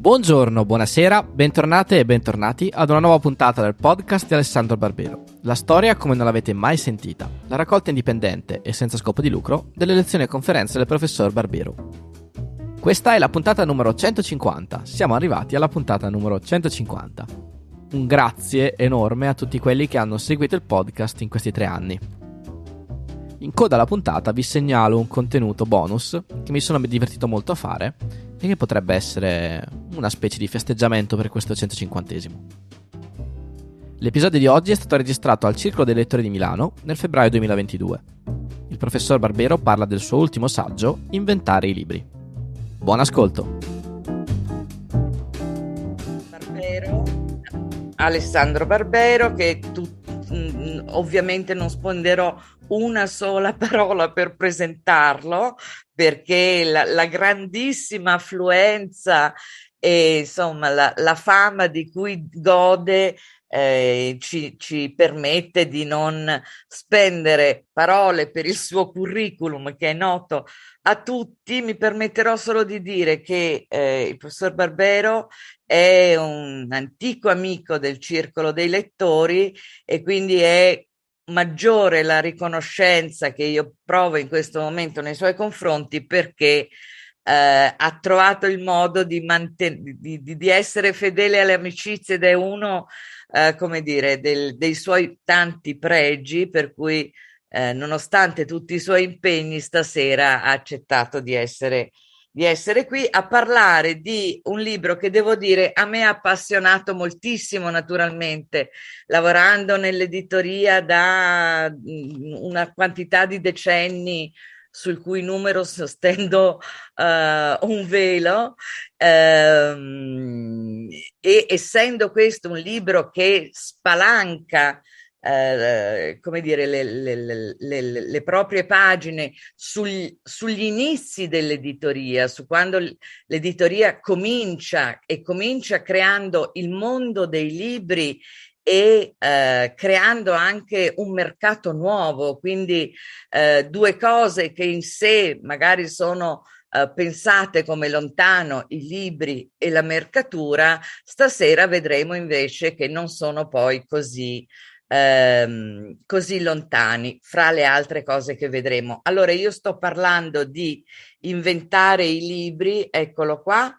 Buongiorno, buonasera, bentornate e bentornati ad una nuova puntata del podcast di Alessandro Barbero. La storia come non l'avete mai sentita, la raccolta indipendente e senza scopo di lucro delle lezioni e conferenze del professor Barbero. Questa è la puntata numero 150, siamo arrivati alla puntata numero 150. Un grazie enorme a tutti quelli che hanno seguito il podcast in questi 3 anni. In coda alla puntata vi segnalo un contenuto bonus che mi sono divertito molto a fare e che potrebbe essere una specie di festeggiamento per questo 150esimo. L'episodio di oggi è stato registrato al Circolo dei Lettori di Milano nel febbraio 2022. Il professor Barbero parla del suo ultimo saggio, Inventare i libri. Buon ascolto! Alessandro Barbero, che ovviamente non sponderò una sola parola per presentarlo, perché la grandissima affluenza e insomma la fama di cui gode ci permette di non spendere parole per il suo curriculum, che è noto a tutti. Mi permetterò solo di dire che il professor Barbero è un antico amico del Circolo dei Lettori e quindi è maggiore la riconoscenza che io provo in questo momento nei suoi confronti, perché ha trovato il modo di essere fedele alle amicizie ed è uno, come dire, dei suoi tanti pregi, per cui nonostante tutti i suoi impegni stasera ha accettato di essere qui a parlare di un libro che, devo dire, a me ha appassionato moltissimo, naturalmente, lavorando nell'editoria da una quantità di decenni sul cui numero stendo un velo, e essendo questo un libro che spalanca come dire, le proprie pagine sugli inizi dell'editoria, su quando l'editoria comincia creando il mondo dei libri e creando anche un mercato nuovo, quindi due cose che in sé magari sono pensate come lontano, i libri e la mercatura. Stasera vedremo invece che non sono poi così lontani, fra le altre cose che vedremo. Allora, io sto parlando di Inventare i libri, eccolo qua,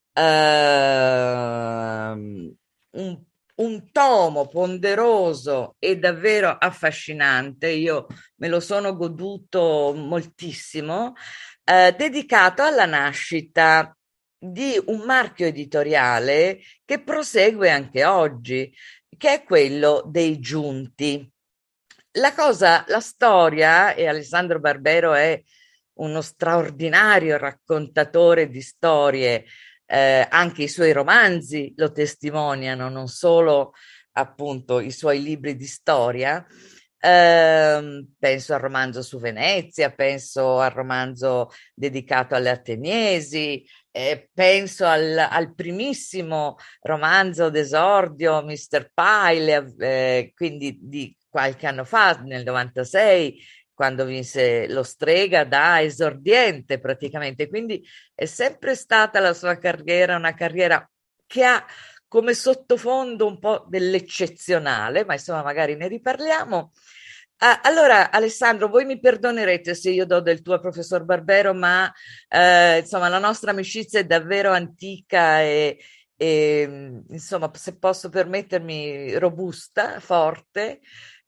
un tomo ponderoso e davvero affascinante. Io me lo sono goduto moltissimo, dedicato alla nascita di un marchio editoriale che prosegue anche oggi, che è quello dei Giunti. La storia, e Alessandro Barbero è uno straordinario raccontatore di storie, anche i suoi romanzi lo testimoniano, non solo appunto i suoi libri di storia. Penso al romanzo su Venezia, penso al romanzo dedicato alle Ateniesi, penso al primissimo romanzo d'esordio, Mr. Pyle, quindi di qualche anno fa, nel 96, quando vinse lo Strega da esordiente praticamente. Quindi è sempre stata la sua carriera una carriera che ha come sottofondo un po' dell'eccezionale, ma insomma magari ne riparliamo. Allora, Alessandro, voi mi perdonerete se io do del tuo al professor Barbero, ma insomma la nostra amicizia è davvero antica e insomma, se posso permettermi, robusta, forte,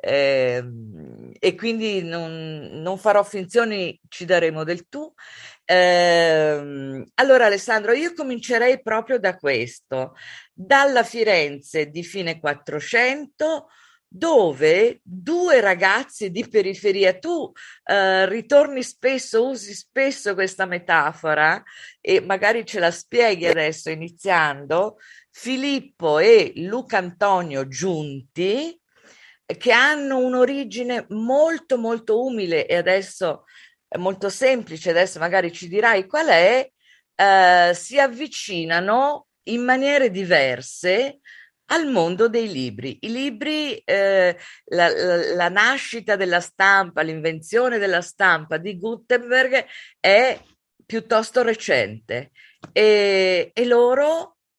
e quindi non farò finzioni, ci daremo del tu. Allora, Alessandro, io comincerei proprio da questo, dalla Firenze di fine 400, dove 2 ragazzi di periferia, tu ritorni spesso, usi spesso questa metafora e magari ce la spieghi adesso iniziando, Filippo e Luca Antonio Giunti, che hanno un'origine molto molto umile e adesso è molto semplice, adesso magari ci dirai qual è, si avvicinano in maniere diverse al mondo dei libri. I libri, la nascita della stampa, l'invenzione della stampa di Gutenberg è piuttosto recente e loro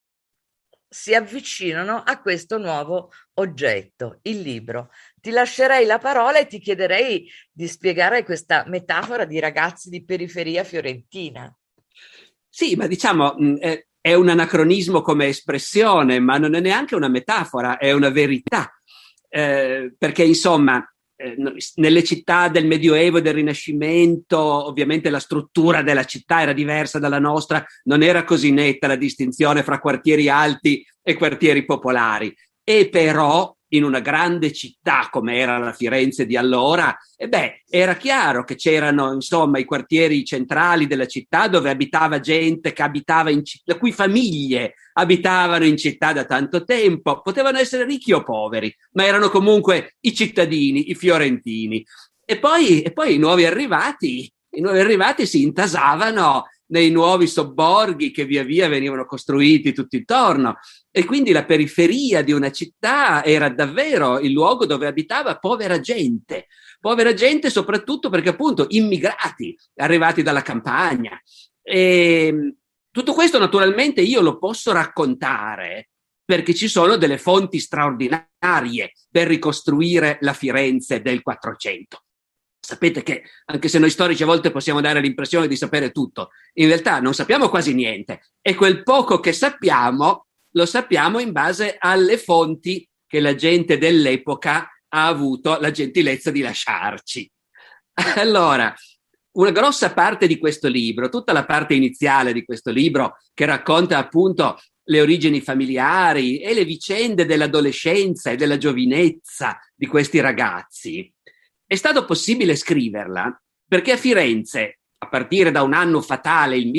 si avvicinano a questo nuovo oggetto, il libro. Ti lascerei la parola e ti chiederei di spiegare questa metafora di ragazzi di periferia fiorentina. Sì, ma diciamo è un anacronismo come espressione, ma non è neanche una metafora, è una verità. Perché insomma, nelle città del Medioevo e del Rinascimento, ovviamente la struttura della città era diversa dalla nostra, non era così netta la distinzione fra quartieri alti e quartieri popolari. E però in una grande città come era la Firenze di allora, era chiaro che c'erano insomma i quartieri centrali della città dove abitava gente che abitava in città, la cui famiglie abitavano in città da tanto tempo, potevano essere ricchi o poveri, ma erano comunque i cittadini, i fiorentini. E poi i nuovi arrivati si intasavano nei nuovi sobborghi che via via venivano costruiti tutto intorno, e quindi la periferia di una città era davvero il luogo dove abitava povera gente soprattutto perché appunto immigrati arrivati dalla campagna. E tutto questo naturalmente io lo posso raccontare perché ci sono delle fonti straordinarie per ricostruire la Firenze del 400. Sapete che anche se noi storici a volte possiamo dare l'impressione di sapere tutto, in realtà non sappiamo quasi niente, e quel poco che sappiamo lo sappiamo in base alle fonti che la gente dell'epoca ha avuto la gentilezza di lasciarci. Allora, una grossa parte di questo libro, tutta la parte iniziale di questo libro che racconta appunto le origini familiari e le vicende dell'adolescenza e della giovinezza di questi ragazzi, è stato possibile scriverla perché a Firenze, a partire da un anno fatale, il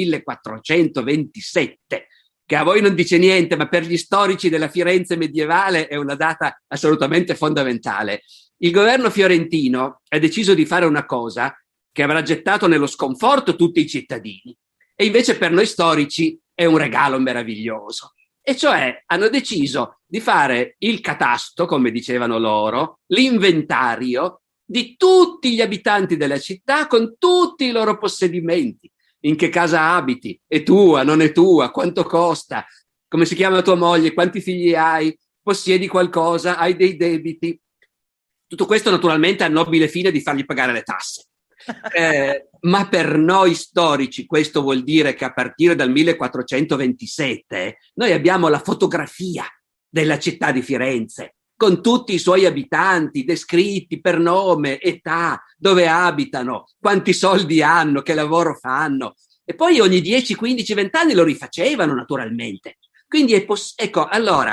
1427, che a voi non dice niente, ma per gli storici della Firenze medievale è una data assolutamente fondamentale, il governo fiorentino ha deciso di fare una cosa che avrà gettato nello sconforto tutti i cittadini, e invece per noi storici è un regalo meraviglioso. E cioè hanno deciso di fare il catasto, come dicevano loro, l'inventario di tutti gli abitanti della città con tutti i loro possedimenti. In che casa abiti? È tua, non è tua? Quanto costa? Come si chiama tua moglie? Quanti figli hai? Possiedi qualcosa? Hai dei debiti? Tutto questo naturalmente a nobile fine di fargli pagare le tasse. Ma per noi storici questo vuol dire che a partire dal 1427 noi abbiamo la fotografia della città di Firenze, con tutti i suoi abitanti descritti per nome, età, dove abitano, quanti soldi hanno, che lavoro fanno. E poi ogni 10, 15, 20 anni lo rifacevano naturalmente. Quindi ecco, allora,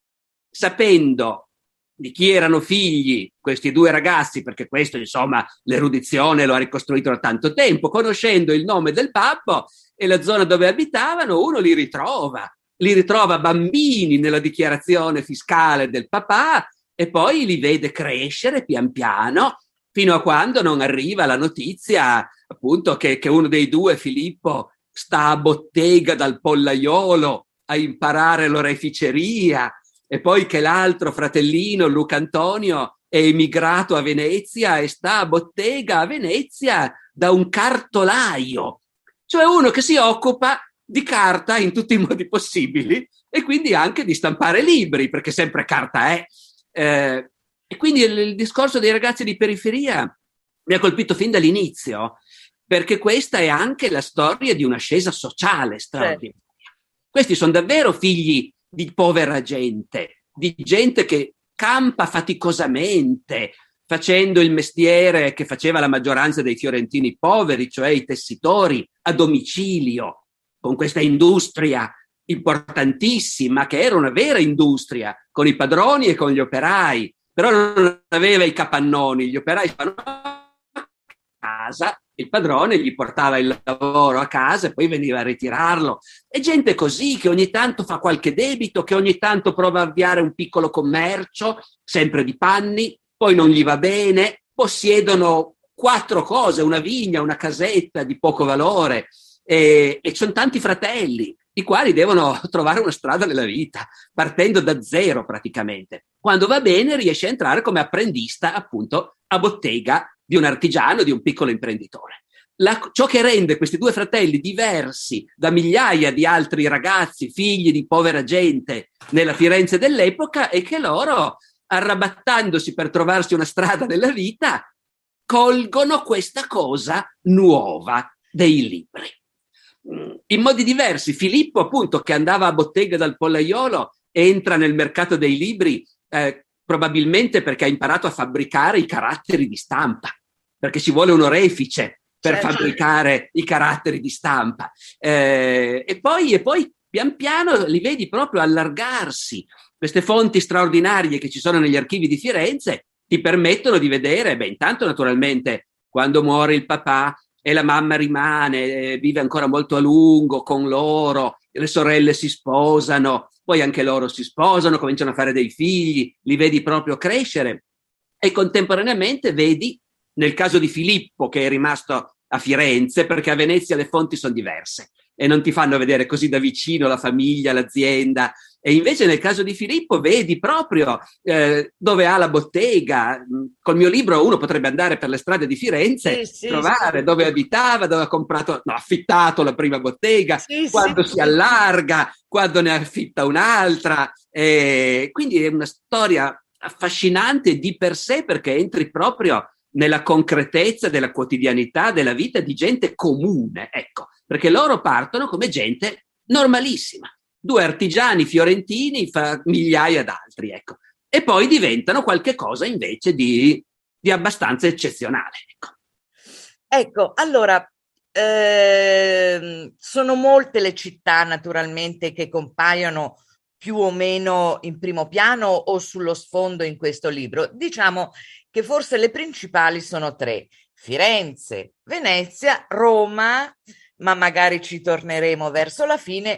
sapendo di chi erano figli questi due ragazzi, perché questo insomma l'erudizione lo ha ricostruito da tanto tempo, conoscendo il nome del babbo e la zona dove abitavano, uno li ritrova bambini nella dichiarazione fiscale del papà e poi li vede crescere pian piano fino a quando non arriva la notizia appunto che uno dei due, Filippo, sta a bottega dal pollaiolo a imparare l'oreficeria, e poi che l'altro fratellino, Luca Antonio, è emigrato a Venezia e sta a bottega a Venezia da un cartolaio, cioè uno che si occupa di carta in tutti i modi possibili e quindi anche di stampare libri, perché sempre carta è. E quindi il discorso dei ragazzi di periferia mi ha colpito fin dall'inizio, perché questa è anche la storia di un'ascesa sociale straordinaria. Questi sono davvero figli di povera gente, di gente che campa faticosamente, facendo il mestiere che faceva la maggioranza dei fiorentini poveri, cioè i tessitori a domicilio, con questa industria importantissima, che era una vera industria, con i padroni e con gli operai, però non aveva i capannoni, gli operai stavano a casa, il padrone gli portava il lavoro a casa e poi veniva a ritirarlo. E gente così, che ogni tanto fa qualche debito, che ogni tanto prova a avviare un piccolo commercio, sempre di panni, poi non gli va bene, possiedono 4 cose, una vigna, una casetta di poco valore, e ci sono tanti fratelli, i quali devono trovare una strada nella vita, partendo da zero praticamente. Quando va bene riesce a entrare come apprendista appunto a bottega di un artigiano, di un piccolo imprenditore. ciò che rende questi due fratelli diversi da migliaia di altri ragazzi, figli di povera gente nella Firenze dell'epoca, è che loro, arrabattandosi per trovarsi una strada nella vita, colgono questa cosa nuova dei libri. In modi diversi. Filippo, appunto, che andava a bottega dal pollaiolo, entra nel mercato dei libri probabilmente perché ha imparato a fabbricare i caratteri di stampa, perché ci vuole un orefice per fabbricare i caratteri di stampa. E poi pian piano li vedi proprio allargarsi. Queste fonti straordinarie che ci sono negli archivi di Firenze ti permettono di vedere, intanto naturalmente quando muore il papà e la mamma rimane, vive ancora molto a lungo con loro, le sorelle si sposano, poi anche loro si sposano, cominciano a fare dei figli, li vedi proprio crescere, e contemporaneamente vedi, nel caso di Filippo, che è rimasto a Firenze, perché a Venezia le fonti sono diverse e non ti fanno vedere così da vicino la famiglia, l'azienda, e invece nel caso di Filippo vedi proprio dove ha la bottega. Col mio libro uno potrebbe andare per le strade di Firenze, trovare dove abitava, dove ha affittato la prima bottega, quando si allarga, quando ne affitta un'altra. Quindi è una storia affascinante di per sé, perché entri proprio nella concretezza della quotidianità della vita di gente comune, ecco, perché loro partono come gente normalissima, due artigiani fiorentini fra migliaia d'altri, ecco, e poi diventano qualche cosa invece di abbastanza eccezionale, Ecco, allora, sono molte le città naturalmente che compaiono più o meno in primo piano o sullo sfondo in questo libro. Diciamo che forse le principali sono tre: Firenze, Venezia, Roma, ma magari ci torneremo verso la fine,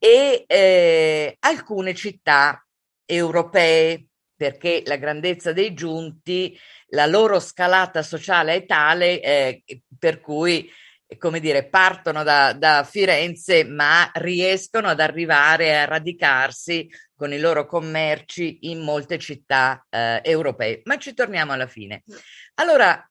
e alcune città europee, perché la grandezza dei giunti, la loro scalata sociale è tale per cui, come dire, partono da Firenze, ma riescono ad arrivare a radicarsi con i loro commerci in molte città europee. Ma ci torniamo alla fine. Allora,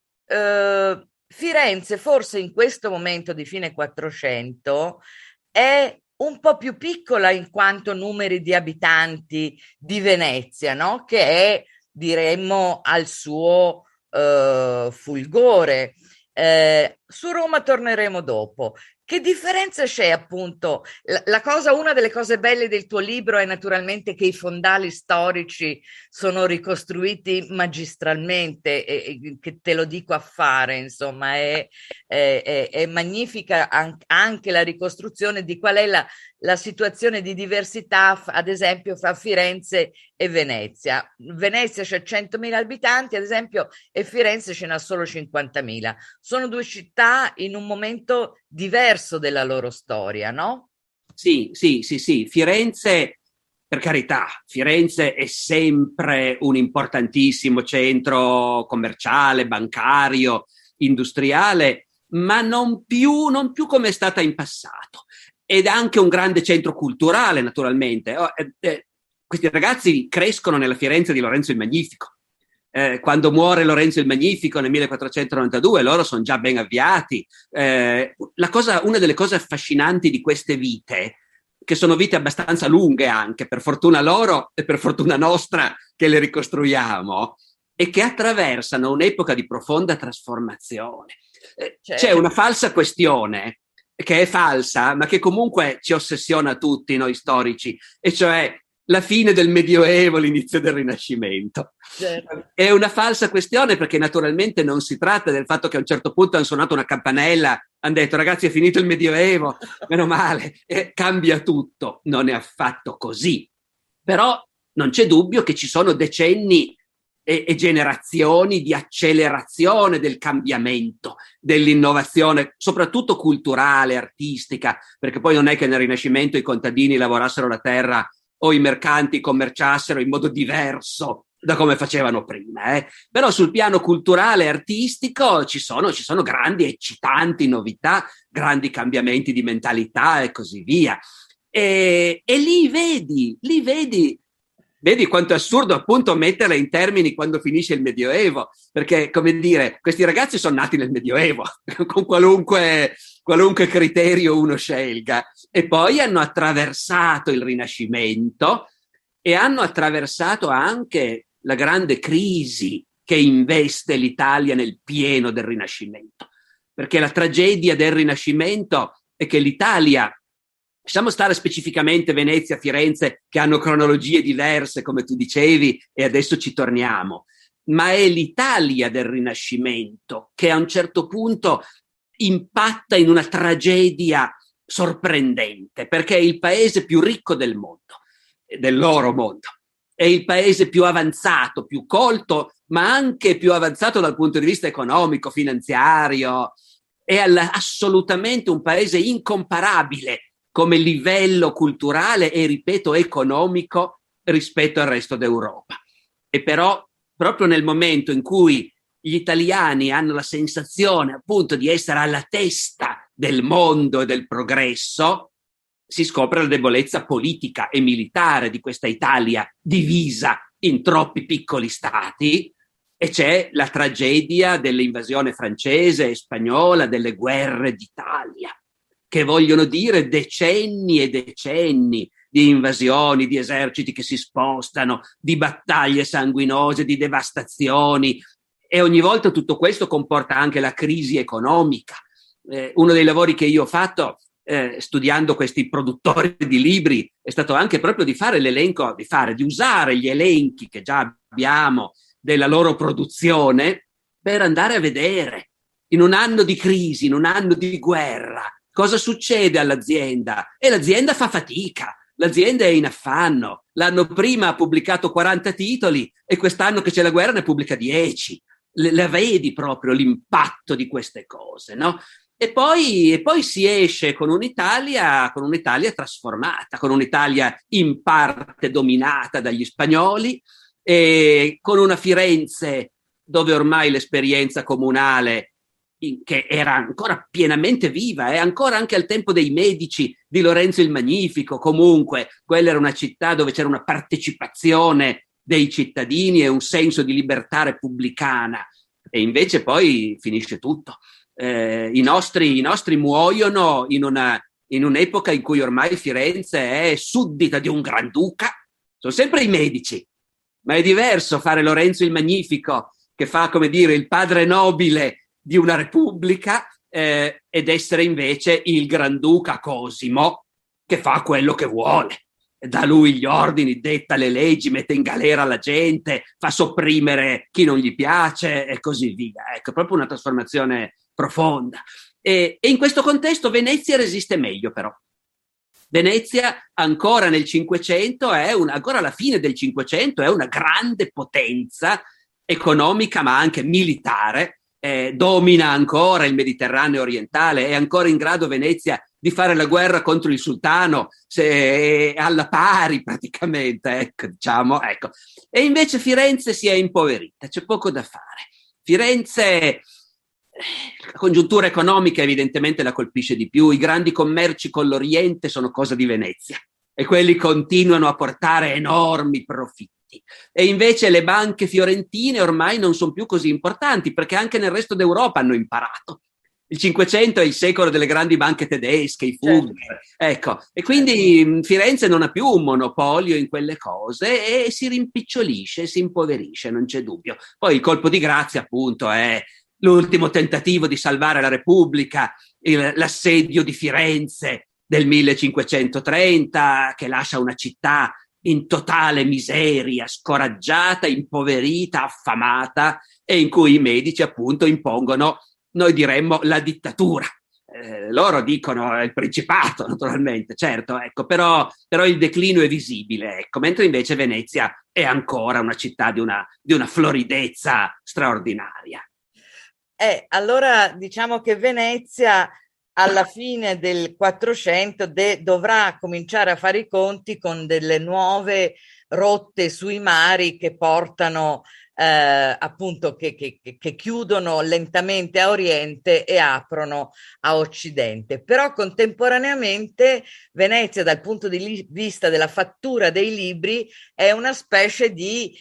Firenze forse in questo momento di fine 400 è un po' più piccola in quanto numeri di abitanti di Venezia, no? Che è, diremmo, al suo fulgore. Su Roma torneremo dopo. Che differenza c'è, appunto? Una delle cose belle del tuo libro è naturalmente che i fondali storici sono ricostruiti magistralmente, e che te lo dico a fare, insomma, è magnifica anche la ricostruzione di qual è la situazione di diversità, ad esempio, fra Firenze e Venezia. Venezia c'è 100.000 abitanti, ad esempio, e Firenze ce n'ha solo 50.000. Sono due città in un momento diverso della loro storia, no? Sì. Firenze, per carità, Firenze è sempre un importantissimo centro commerciale, bancario, industriale, ma non più come è stata in passato. Ed anche un grande centro culturale, naturalmente. Questi ragazzi crescono nella Firenze di Lorenzo il Magnifico. Quando muore Lorenzo il Magnifico nel 1492, loro sono già ben avviati. Una delle cose affascinanti di queste vite, che sono vite abbastanza lunghe anche, per fortuna loro e per fortuna nostra che le ricostruiamo, è che attraversano un'epoca di profonda trasformazione. C'è una falsa questione che è falsa, ma che comunque ci ossessiona tutti noi storici, e cioè la fine del Medioevo, l'inizio del Rinascimento. Certo. È una falsa questione, perché naturalmente non si tratta del fatto che a un certo punto hanno suonato una campanella, hanno detto ragazzi è finito il Medioevo, meno male, e cambia tutto. Non è affatto così. Però non c'è dubbio che ci sono decenni e generazioni di accelerazione del cambiamento, dell'innovazione, soprattutto culturale, artistica, perché poi non è che nel Rinascimento i contadini lavorassero la terra o i mercanti commerciassero in modo diverso da come facevano prima. Però sul piano culturale e artistico ci sono grandi eccitanti novità, grandi cambiamenti di mentalità e così via. E lì vedi Vedi quanto è assurdo appunto metterla in termini quando finisce il Medioevo, perché, come dire, questi ragazzi sono nati nel Medioevo, con qualunque criterio uno scelga, e poi hanno attraversato il Rinascimento e hanno attraversato anche la grande crisi che investe l'Italia nel pieno del Rinascimento, perché la tragedia del Rinascimento è che l'Italia, lasciamo stare specificamente Venezia, Firenze, che hanno cronologie diverse, come tu dicevi, e adesso ci torniamo, ma è l'Italia del Rinascimento che a un certo punto impatta in una tragedia sorprendente, perché è il paese più ricco del mondo, del loro mondo, è il paese più avanzato, più colto, ma anche più avanzato dal punto di vista economico, finanziario, è assolutamente un paese incomparabile come livello culturale e, ripeto, economico rispetto al resto d'Europa. E però, proprio nel momento in cui gli italiani hanno la sensazione appunto di essere alla testa del mondo e del progresso, si scopre la debolezza politica e militare di questa Italia divisa in troppi piccoli stati, e c'è la tragedia dell'invasione francese e spagnola, delle guerre d'Italia, che vogliono dire decenni e decenni di invasioni, di eserciti che si spostano, di battaglie sanguinose, di devastazioni, e ogni volta tutto questo comporta anche la crisi economica. Uno dei lavori che io ho fatto studiando questi produttori di libri è stato anche proprio di fare l'elenco, di usare gli elenchi che già abbiamo della loro produzione per andare a vedere in un anno di crisi, in un anno di guerra, cosa succede all'azienda? E l'azienda fa fatica, l'azienda è in affanno. L'anno prima ha pubblicato 40 titoli e quest'anno che c'è la guerra ne pubblica 10. La vedi proprio l'impatto di queste cose, no? E poi si esce con un'Italia trasformata, con un'Italia in parte dominata dagli spagnoli, e con una Firenze dove ormai l'esperienza comunale, che era ancora pienamente viva, ancora anche al tempo dei Medici, di Lorenzo il Magnifico, comunque quella era una città dove c'era una partecipazione dei cittadini e un senso di libertà repubblicana, e invece poi finisce tutto. I nostri muoiono in un'epoca in cui ormai Firenze è suddita di un granduca. Sono sempre i Medici, ma è diverso fare Lorenzo il Magnifico, che fa, come dire, il padre nobile di una repubblica, ed essere invece il granduca Cosimo, che fa quello che vuole. Dà lui gli ordini, detta le leggi, mette in galera la gente, fa sopprimere chi non gli piace e così via. Ecco, proprio una trasformazione profonda. E in questo contesto Venezia resiste meglio, però. Venezia ancora nel Cinquecento ancora alla fine del Cinquecento è una grande potenza economica ma anche militare, domina ancora il Mediterraneo orientale, è ancora in grado Venezia di fare la guerra contro il sultano, se alla pari praticamente, ecco, diciamo, ecco. E invece Firenze si è impoverita, c'è poco da fare. Firenze, la congiuntura economica evidentemente la colpisce di più, i grandi commerci con l'Oriente sono cosa di Venezia e quelli continuano a portare enormi profitti. E invece le banche fiorentine ormai non sono più così importanti, perché anche nel resto d'Europa hanno imparato. Il Cinquecento è il secolo delle grandi banche tedesche, i Fugger, ecco. E quindi Firenze non ha più un monopolio in quelle cose e si rimpicciolisce, si impoverisce, non c'è dubbio. Poi il colpo di grazia, appunto, è l'ultimo tentativo di salvare la Repubblica, l'assedio di Firenze del 1530, che lascia una città in totale miseria, scoraggiata, impoverita, affamata, e in cui i Medici appunto impongono, noi diremmo, la dittatura. Loro dicono il principato, naturalmente, certo, ecco, però il declino è visibile, ecco, mentre invece Venezia è ancora una città di una floridezza straordinaria. Allora diciamo che Venezia alla fine del 400 dovrà cominciare a fare i conti con delle nuove rotte sui mari che portano appunto che chiudono lentamente a Oriente e aprono a Occidente. Però contemporaneamente Venezia, dal punto di vista della fattura dei libri, è una specie di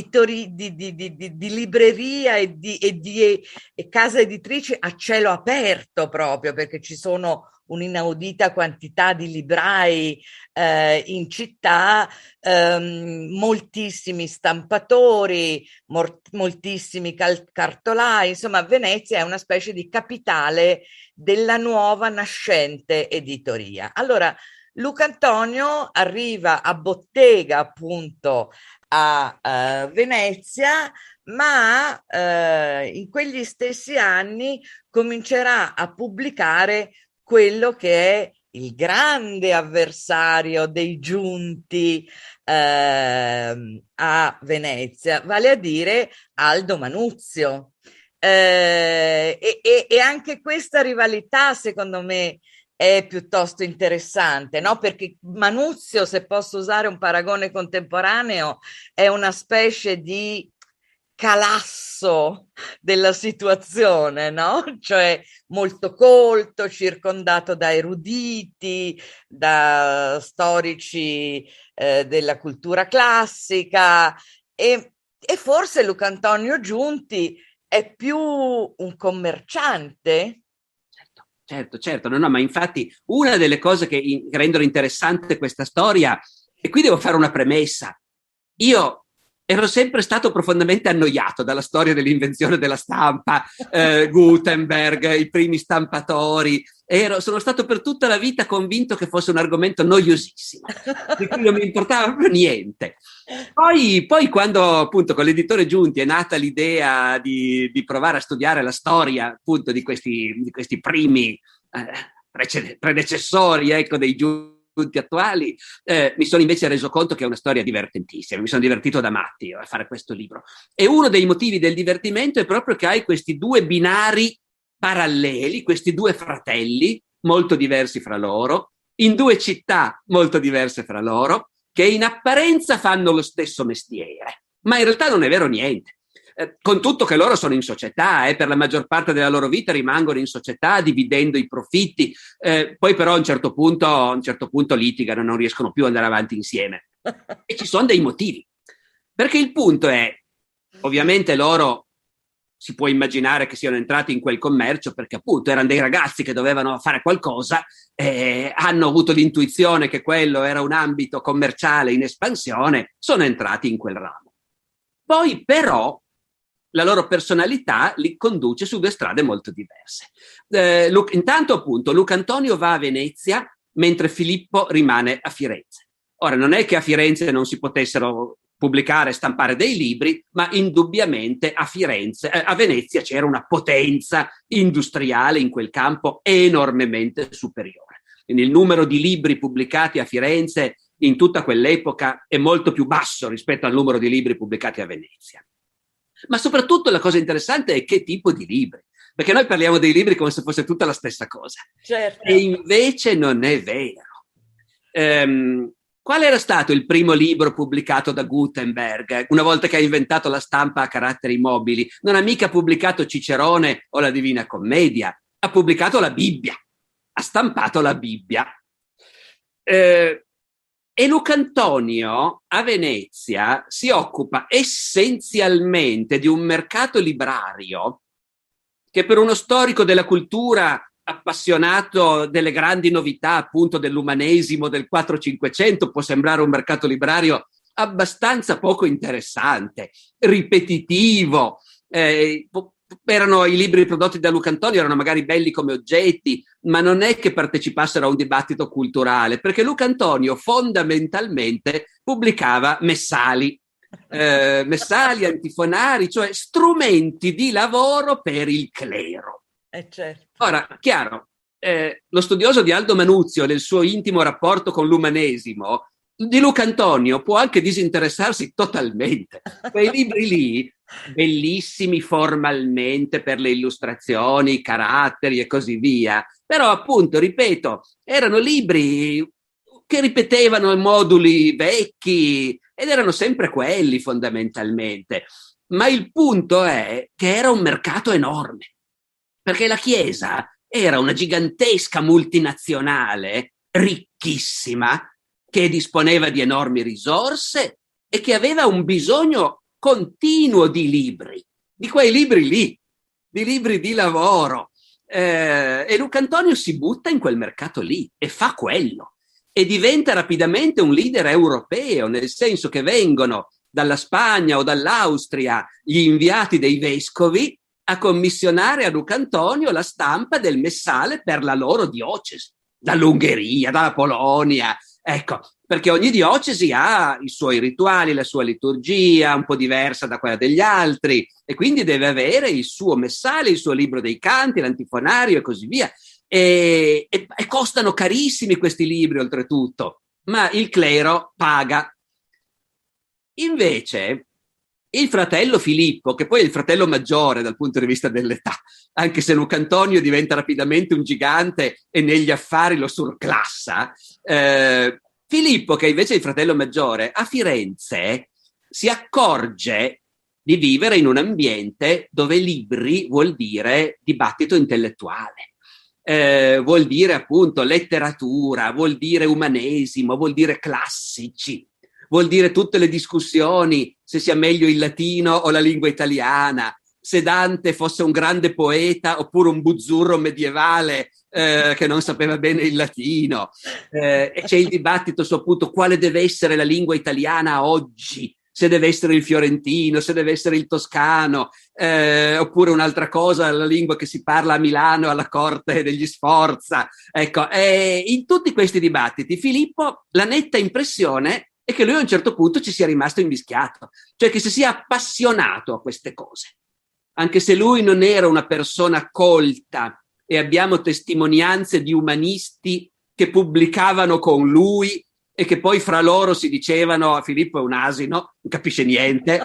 di libreria e casa editrici a cielo aperto, proprio perché ci sono un'inaudita quantità di librai in città, moltissimi stampatori, moltissimi cartolai. Insomma, Venezia è una specie di capitale della nuova nascente editoria. Allora, Luca Antonio arriva a bottega, appunto, a Venezia, ma in quegli stessi anni comincerà a pubblicare quello che è il grande avversario dei giunti a Venezia, vale a dire Aldo Manuzio. E anche questa rivalità, secondo me, è piuttosto interessante, no? Perché Manuzio, se posso usare un paragone contemporaneo, è una specie di calasso della situazione, no? Cioè molto colto, circondato da eruditi, da storici della cultura classica, e forse Luca Antonio Giunti è più un commerciante. Certo, no, ma infatti una delle cose che rendono interessante questa storia, e qui devo fare una premessa, io ero sempre stato profondamente annoiato dalla storia dell'invenzione della stampa, Gutenberg, i primi stampatori, sono stato per tutta la vita convinto che fosse un argomento noiosissimo, di cui non mi importava proprio niente. Poi quando appunto con l'editore Giunti è nata l'idea di provare a studiare la storia appunto di questi primi predecessori, ecco, dei Giunti attuali, mi sono invece reso conto che è una storia divertentissima. Mi sono divertito da matti a fare questo libro, e uno dei motivi del divertimento è proprio che hai questi due binari paralleli, questi due fratelli molto diversi fra loro, in due città molto diverse fra loro, che in apparenza fanno lo stesso mestiere, ma in realtà non è vero niente. Con tutto che loro sono in società, per la maggior parte della loro vita rimangono in società dividendo i profitti, poi però a un certo punto litigano, non riescono più ad andare avanti insieme. E ci sono dei motivi, perché il punto è, ovviamente loro si può immaginare che siano entrati in quel commercio perché appunto erano dei ragazzi che dovevano fare qualcosa, hanno avuto l'intuizione che quello era un ambito commerciale in espansione, sono entrati in quel ramo. Poi però la loro personalità li conduce su due strade molto diverse. Intanto appunto Luca Antonio va a Venezia mentre Filippo rimane a Firenze. Ora, non è che a Firenze non si potessero pubblicare e stampare dei libri, ma indubbiamente a Venezia c'era una potenza industriale in quel campo enormemente superiore. Quindi il numero di libri pubblicati a Firenze in tutta quell'epoca è molto più basso rispetto al numero di libri pubblicati a Venezia. Ma soprattutto la cosa interessante è che tipo di libri, perché noi parliamo dei libri come se fosse tutta la stessa cosa. Certo. E invece non è vero. Qual era stato il primo libro pubblicato da Gutenberg una volta che ha inventato la stampa a caratteri mobili? Non ha mica pubblicato Cicerone o la Divina Commedia, ha pubblicato la Bibbia, ha stampato la Bibbia. E Luca Antonio a Venezia si occupa essenzialmente di un mercato librario che per uno storico della cultura appassionato delle grandi novità appunto dell'umanesimo del 400-500 può sembrare un mercato librario abbastanza poco interessante, ripetitivo. Erano i libri prodotti da Luca Antonio, erano magari belli come oggetti, ma non è che partecipassero a un dibattito culturale, perché Luca Antonio fondamentalmente pubblicava messali, antifonari, cioè strumenti di lavoro per il clero. Certo. Ora, chiaro, lo studioso di Aldo Manuzio nel suo intimo rapporto con l'umanesimo di Luca Antonio può anche disinteressarsi totalmente. Quei libri lì, bellissimi formalmente per le illustrazioni, i caratteri e così via, però appunto, ripeto, erano libri che ripetevano moduli vecchi ed erano sempre quelli fondamentalmente. Ma il punto è che era un mercato enorme, perché la Chiesa era una gigantesca multinazionale, ricchissima, che disponeva di enormi risorse e che aveva un bisogno continuo di libri, di quei libri lì, di libri di lavoro. E Luca Antonio si butta in quel mercato lì e fa quello. E diventa rapidamente un leader europeo, nel senso che vengono dalla Spagna o dall'Austria gli inviati dei vescovi a commissionare a Luca Antonio la stampa del messale per la loro diocesi, dall'Ungheria, dalla Polonia, ecco, perché ogni diocesi ha i suoi rituali, la sua liturgia, un po' diversa da quella degli altri, e quindi deve avere il suo messale, il suo libro dei canti, l'antifonario e così via. E costano carissimi questi libri, oltretutto, ma il clero paga. Invece il fratello Filippo, che poi è il fratello maggiore dal punto di vista dell'età, anche se Luca Antonio diventa rapidamente un gigante e negli affari lo surclassa, Filippo, che invece è il fratello maggiore, a Firenze si accorge di vivere in un ambiente dove libri vuol dire dibattito intellettuale. Vuol dire appunto letteratura, vuol dire umanesimo, vuol dire classici, vuol dire tutte le discussioni se sia meglio il latino o la lingua italiana, se Dante fosse un grande poeta oppure un buzzurro medievale che non sapeva bene il latino. E c'è il dibattito su appunto quale deve essere la lingua italiana oggi, se deve essere il fiorentino, se deve essere il toscano, oppure un'altra cosa, la lingua che si parla a Milano alla corte degli Sforza. Ecco, in tutti questi dibattiti Filippo, la netta impressione è che lui a un certo punto ci sia rimasto invischiato, cioè che si sia appassionato a queste cose. Anche se lui non era una persona colta, e abbiamo testimonianze di umanisti che pubblicavano con lui e che poi fra loro si dicevano Filippo è un asino, non capisce niente,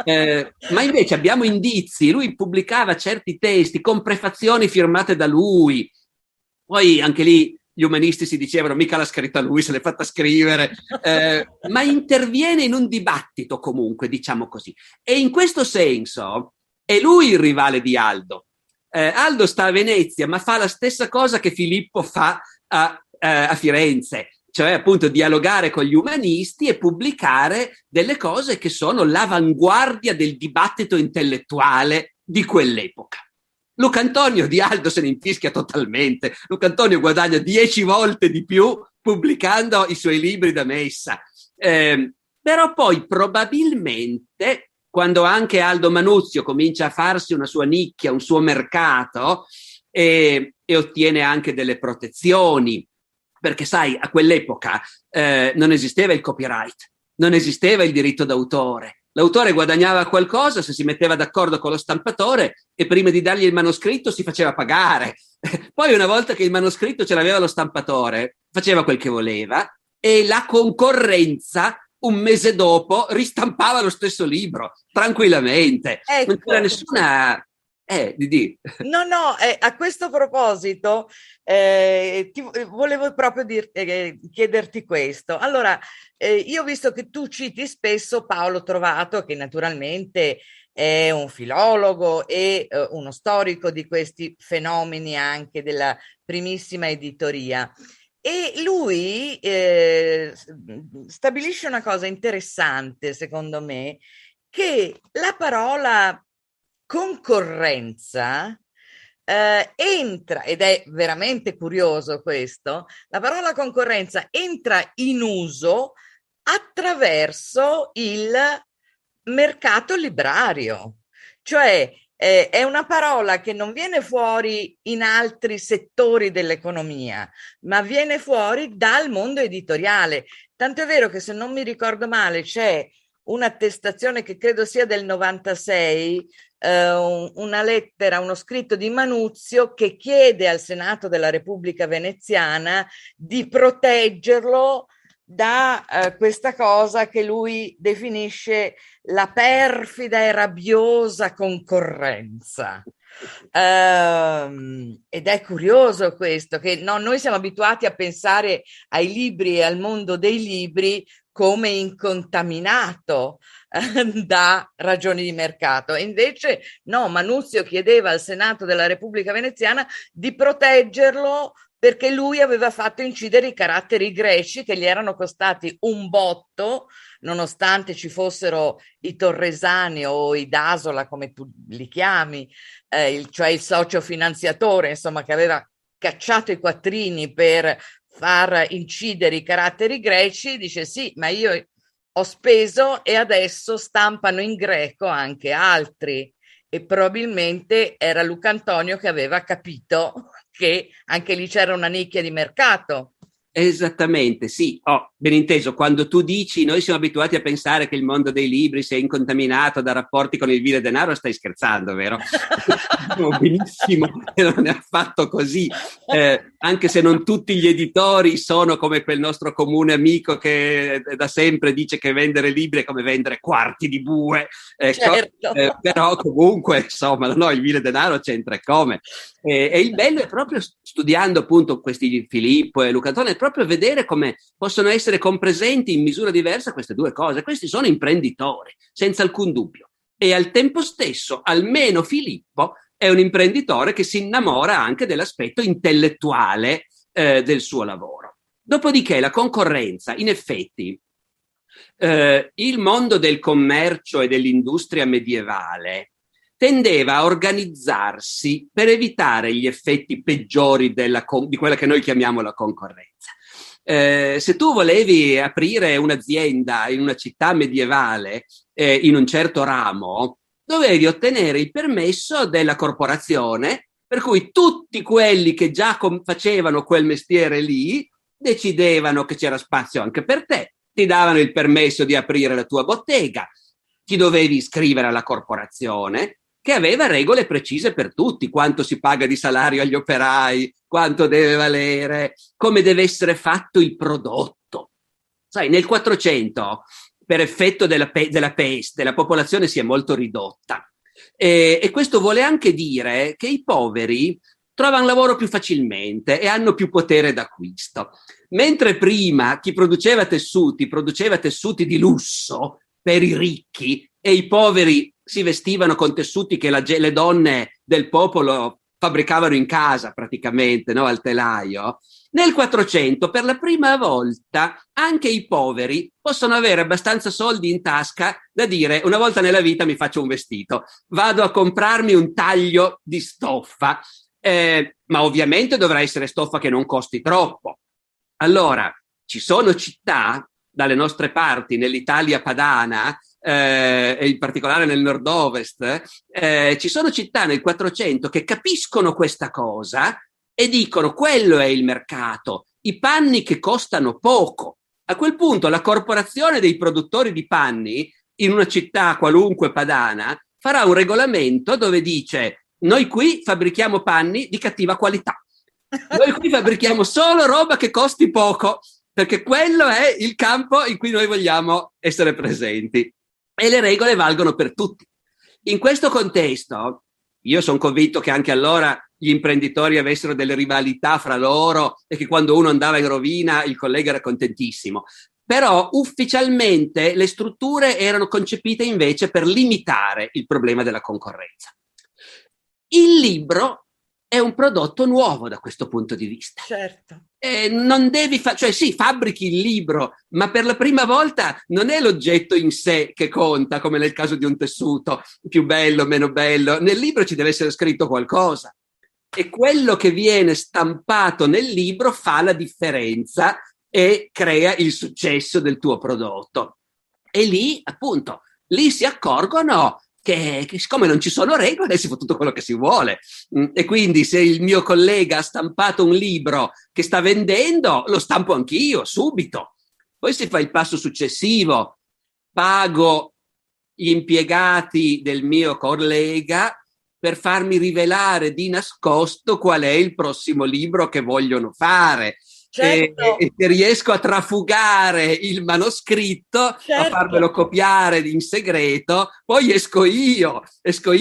ma invece abbiamo indizi, lui pubblicava certi testi con prefazioni firmate da lui, poi anche lì gli umanisti si dicevano mica l'ha scritta lui, se l'è fatta scrivere, ma interviene in un dibattito comunque, diciamo così, e in questo senso è lui il rivale di Aldo. Aldo sta a Venezia, ma fa la stessa cosa che Filippo fa a Firenze, cioè appunto dialogare con gli umanisti e pubblicare delle cose che sono l'avanguardia del dibattito intellettuale di quell'epoca. Luca Antonio di Aldo se ne infischia totalmente. Luca Antonio guadagna 10 volte di più pubblicando i suoi libri da messa. Però poi probabilmente quando anche Aldo Manuzio comincia a farsi una sua nicchia, un suo mercato e ottiene anche delle protezioni, perché sai, a quell'epoca non esisteva il copyright, non esisteva il diritto d'autore. L'autore guadagnava qualcosa se si metteva d'accordo con lo stampatore e prima di dargli il manoscritto si faceva pagare. Poi una volta che il manoscritto ce l'aveva lo stampatore, faceva quel che voleva e la concorrenza un mese dopo ristampava lo stesso libro, tranquillamente. Ecco. Non c'era nessuna... Didi. No, a questo proposito volevo proprio chiederti questo. Allora, io ho visto che tu citi spesso Paolo Trovato, che naturalmente è un filologo e uno storico di questi fenomeni anche della primissima editoria. E lui stabilisce una cosa interessante, secondo me, che la parola concorrenza entra, ed è veramente curioso questo, la parola concorrenza entra in uso attraverso il mercato librario, cioè è una parola che non viene fuori in altri settori dell'economia, ma viene fuori dal mondo editoriale. Tanto è vero che, se non mi ricordo male, c'è un'attestazione che credo sia del 96, una lettera, uno scritto di Manuzio che chiede al Senato della Repubblica Veneziana di proteggerlo da questa cosa che lui definisce la perfida e rabbiosa concorrenza. Ed è curioso questo, che no, noi siamo abituati a pensare ai libri e al mondo dei libri come incontaminato da ragioni di mercato. E invece no, Manuzio chiedeva al Senato della Repubblica Veneziana di proteggerlo perché lui aveva fatto incidere i caratteri greci che gli erano costati un botto, nonostante ci fossero i Torresani o i Dasola, come tu li chiami, cioè il socio finanziatore, insomma, che aveva cacciato i quattrini per far incidere i caratteri greci. Dice sì, ma io ho speso e adesso stampano in greco anche altri. E probabilmente era Luca Antonio che aveva capito che anche lì c'era una nicchia di mercato. Esattamente, sì. Ben inteso, quando tu dici noi siamo abituati a pensare che il mondo dei libri sia incontaminato da rapporti con il vile denaro, stai scherzando, vero? Benissimo, non è affatto così. Anche se non tutti gli editori sono come quel nostro comune amico che da sempre dice che vendere libri è come vendere quarti di bue, ecco. Certo. Però comunque, insomma, no, il vile denaro c'entra come. E il bello è proprio studiando appunto questi Filippo e Luca Antonio, è proprio vedere come possono essere compresenti in misura diversa queste due cose. Questi sono imprenditori, senza alcun dubbio. E al tempo stesso, almeno Filippo è un imprenditore che si innamora anche dell'aspetto intellettuale del suo lavoro. Dopodiché la concorrenza, in effetti, il mondo del commercio e dell'industria medievale tendeva a organizzarsi per evitare gli effetti peggiori di quella che noi chiamiamo la concorrenza. Se tu volevi aprire un'azienda in una città medievale in un certo ramo, dovevi ottenere il permesso della corporazione, per cui tutti quelli che già facevano quel mestiere lì decidevano che c'era spazio anche per te, ti davano il permesso di aprire la tua bottega, ti dovevi iscrivere alla corporazione, che aveva regole precise per tutti: quanto si paga di salario agli operai, quanto deve valere, come deve essere fatto il prodotto. Sai, nel 400, per effetto della peste, la popolazione si è molto ridotta. E questo vuole anche dire che i poveri trovano lavoro più facilmente e hanno più potere d'acquisto. Mentre prima chi produceva tessuti di lusso per i ricchi e i poveri si vestivano con tessuti che le donne del popolo fabbricavano in casa praticamente, no? Al telaio. Nel 400, per la prima volta, anche i poveri possono avere abbastanza soldi in tasca da dire: una volta nella vita mi faccio un vestito, vado a comprarmi un taglio di stoffa, ma ovviamente dovrà essere stoffa che non costi troppo. Allora, ci sono città dalle nostre parti, nell'Italia padana, e in particolare nel nord-ovest, ci sono città nel 400 che capiscono questa cosa e dicono: quello è il mercato, i panni che costano poco. A quel punto la corporazione dei produttori di panni in una città qualunque padana farà un regolamento dove dice: noi qui fabbrichiamo panni di cattiva qualità, noi qui fabbrichiamo solo roba che costi poco, perché quello è il campo in cui noi vogliamo essere presenti. E le regole valgono per tutti. In questo contesto, io sono convinto che anche allora gli imprenditori avessero delle rivalità fra loro e che quando uno andava in rovina il collega era contentissimo. Però ufficialmente le strutture erano concepite invece per limitare il problema della concorrenza. Il libro è un prodotto nuovo da questo punto di vista. Certo. Non devi cioè sì, fabbrichi il libro, ma per la prima volta non è l'oggetto in sé che conta, come nel caso di un tessuto, più bello, meno bello. Nel libro ci deve essere scritto qualcosa. E quello che viene stampato nel libro fa la differenza e crea il successo del tuo prodotto. E lì, appunto, lì si accorgono che siccome non ci sono regole si fa tutto quello che si vuole, e quindi se il mio collega ha stampato un libro che sta vendendo, lo stampo anch'io subito. Poi si fa il passo successivo: pago gli impiegati del mio collega per farmi rivelare di nascosto qual è il prossimo libro che vogliono fare. Certo. E se riesco a trafugare il manoscritto, certo, a farmelo copiare in segreto, poi esco io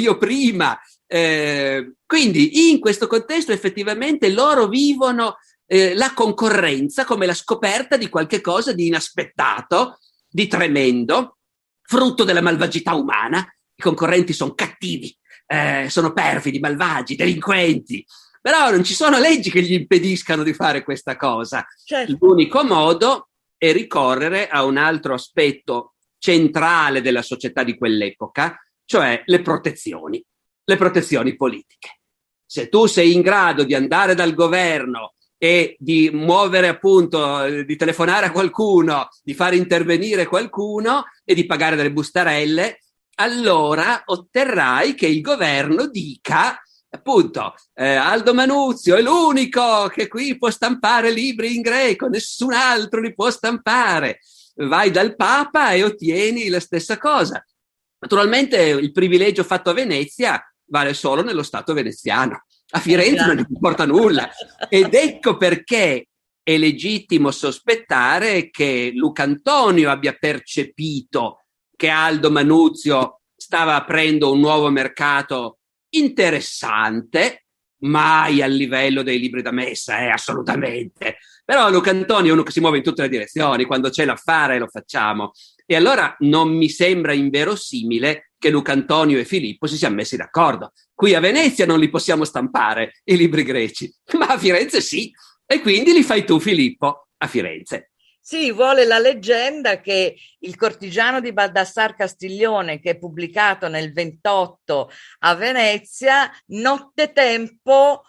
prima. Quindi in questo contesto effettivamente loro vivono la concorrenza come la scoperta di qualche cosa di inaspettato, di tremendo, frutto della malvagità umana. I concorrenti sono cattivi, sono perfidi, malvagi, delinquenti, però non ci sono leggi che gli impediscano di fare questa cosa. Certo. L'unico modo è ricorrere a un altro aspetto centrale della società di quell'epoca, cioè le protezioni politiche. Se tu sei in grado di andare dal governo e di muovere, appunto, di telefonare a qualcuno, di far intervenire qualcuno e di pagare delle bustarelle, allora otterrai che il governo dica, appunto, Aldo Manuzio è l'unico che qui può stampare libri in greco, nessun altro li può stampare. Vai dal Papa e ottieni la stessa cosa. Naturalmente il privilegio fatto a Venezia vale solo nello Stato veneziano. A Firenze non gli importa nulla. Ed ecco perché è legittimo sospettare che Lucantonio abbia percepito che Aldo Manuzio stava aprendo un nuovo mercato interessante, mai al livello dei libri da messa, assolutamente. Però Lucantonio è uno che si muove in tutte le direzioni, quando c'è l'affare lo facciamo. E allora non mi sembra inverosimile che Lucantonio e Filippo si siano messi d'accordo. Qui a Venezia non li possiamo stampare, i libri greci, ma a Firenze sì. E quindi li fai tu, Filippo, a Firenze. Sì, vuole la leggenda che il Cortigiano di Baldassar Castiglione, che è pubblicato nel 28 a Venezia, nottetempo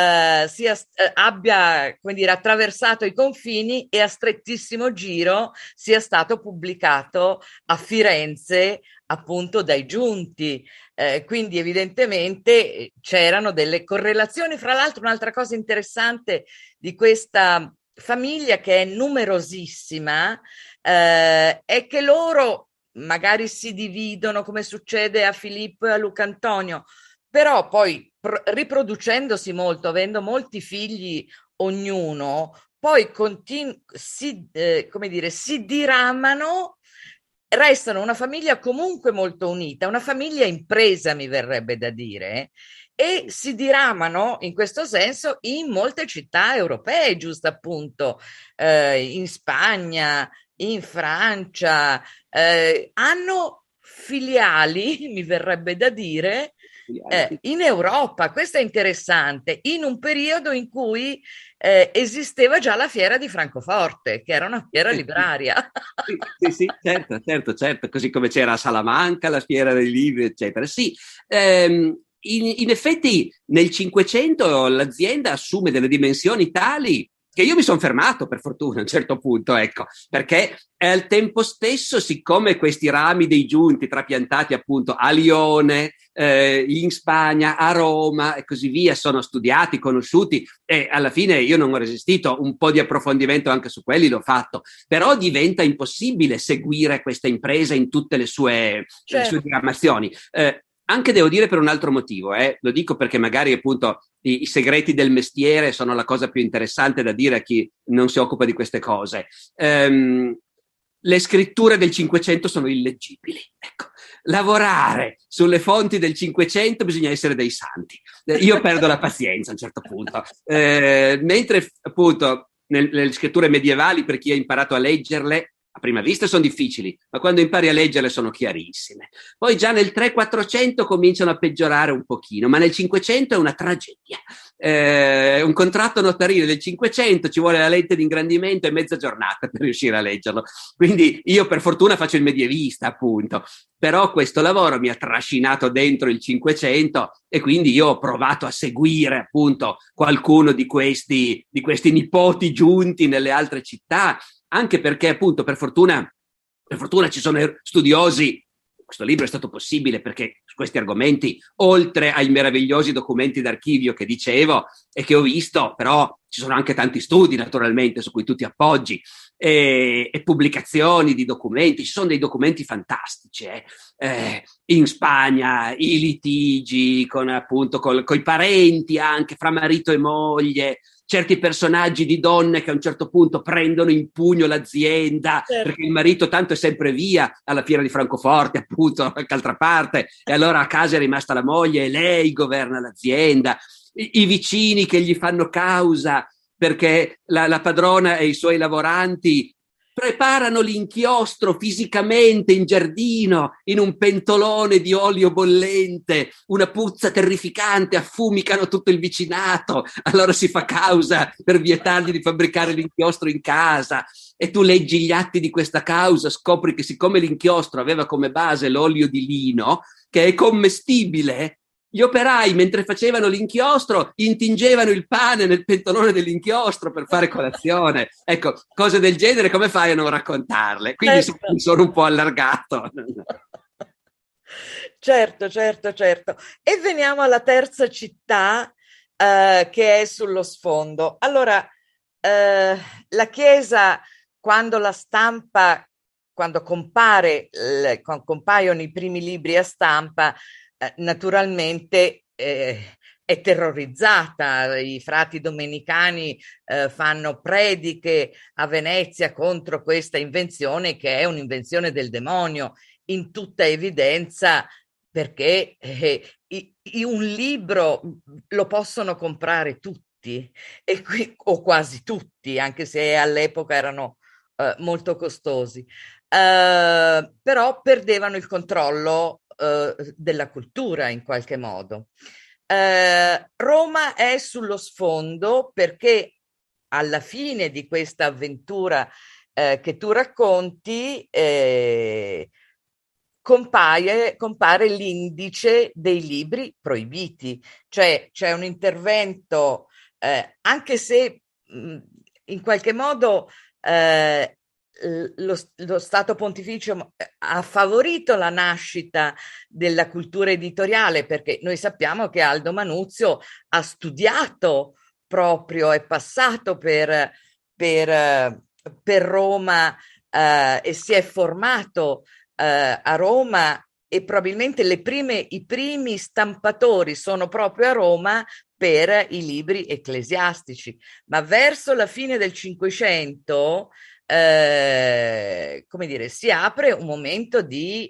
abbia, come dire, attraversato i confini e a strettissimo giro sia stato pubblicato a Firenze, appunto, dai giunti. Quindi evidentemente c'erano delle correlazioni. Fra l'altro, un'altra cosa interessante di questa famiglia, che è numerosissima, è che loro magari si dividono, come succede a Filippo e a Lucantonio, però poi riproducendosi molto, avendo molti figli ognuno, poi si diramano, restano una famiglia comunque molto unita, una famiglia impresa, mi verrebbe da dire, e si diramano in questo senso in molte città europee, giusto appunto, in Spagna, in Francia, hanno filiali, mi verrebbe da dire, in Europa. Questo è interessante, in un periodo in cui esisteva già la fiera di Francoforte, che era una fiera libraria. Sì, certo, così come c'era a Salamanca la fiera dei libri, eccetera. Sì, in effetti nel Cinquecento l'azienda assume delle dimensioni tali che io mi sono fermato, per fortuna, a un certo punto, ecco, perché al tempo stesso, siccome questi rami dei giunti trapiantati appunto a Lione, in Spagna, a Roma e così via, sono studiati, conosciuti, e alla fine io non ho resistito, un po' di approfondimento anche su quelli l'ho fatto, però diventa impossibile seguire questa impresa in tutte le sue diramazioni. Anche devo dire per un altro motivo, lo dico perché magari appunto i segreti del mestiere sono la cosa più interessante da dire a chi non si occupa di queste cose. Le scritture del Cinquecento sono illeggibili, ecco. Lavorare sulle fonti del Cinquecento bisogna essere dei santi. Io perdo la pazienza a un certo punto. Mentre appunto nelle scritture medievali, per chi ha imparato a leggerle, a prima vista sono difficili, ma quando impari a leggerle sono chiarissime. Poi già nel 300-400 cominciano a peggiorare un pochino, ma nel 500 è una tragedia. Un contratto notarile del 500 ci vuole la lente di ingrandimento e mezza giornata per riuscire a leggerlo. Quindi io per fortuna faccio il medievista, appunto, però questo lavoro mi ha trascinato dentro il 500 e quindi io ho provato a seguire appunto qualcuno di questi nipoti giunti nelle altre città, anche perché appunto per fortuna ci sono studiosi. Questo libro è stato possibile perché su questi argomenti, oltre ai meravigliosi documenti d'archivio che dicevo e che ho visto, però ci sono anche tanti studi naturalmente su cui tu ti appoggi e pubblicazioni di documenti. Ci sono dei documenti fantastici in Spagna, i litigi con i parenti anche fra marito e moglie, certi personaggi di donne che a un certo punto prendono in pugno l'azienda, certo, perché il marito tanto è sempre via alla fiera di Francoforte, appunto, da qualche altra parte, e allora a casa è rimasta la moglie e lei governa l'azienda, i vicini che gli fanno causa perché la padrona e i suoi lavoranti preparano l'inchiostro fisicamente in giardino, in un pentolone di olio bollente, una puzza terrificante, affumicano tutto il vicinato, allora si fa causa per vietargli di fabbricare l'inchiostro in casa, e tu leggi gli atti di questa causa, scopri che siccome l'inchiostro aveva come base l'olio di lino, che è commestibile, gli operai, mentre facevano l'inchiostro, intingevano il pane nel pentolone dell'inchiostro per fare colazione. Ecco, cose del genere, come fai a non raccontarle? Quindi sono un po' allargato. Certo, certo, certo. E veniamo alla terza città che è sullo sfondo. Allora, la Chiesa, quando la stampa, quando compaiono i primi libri a stampa, naturalmente è terrorizzata. I frati domenicani fanno prediche a Venezia contro questa invenzione, che è un'invenzione del demonio, in tutta evidenza, perché un libro lo possono comprare tutti, o quasi tutti, anche se all'epoca erano molto costosi. Però perdevano il controllo della cultura in qualche modo. Roma è sullo sfondo perché alla fine di questa avventura che tu racconti compare l'indice dei libri proibiti, cioè c'è un intervento, anche se in qualche modo lo Stato Pontificio ha favorito la nascita della cultura editoriale, perché noi sappiamo che Aldo Manuzio ha studiato proprio, è passato per Roma e si è formato a Roma, e probabilmente i primi stampatori sono proprio a Roma per i libri ecclesiastici, ma verso la fine del Cinquecento come dire, si apre un momento di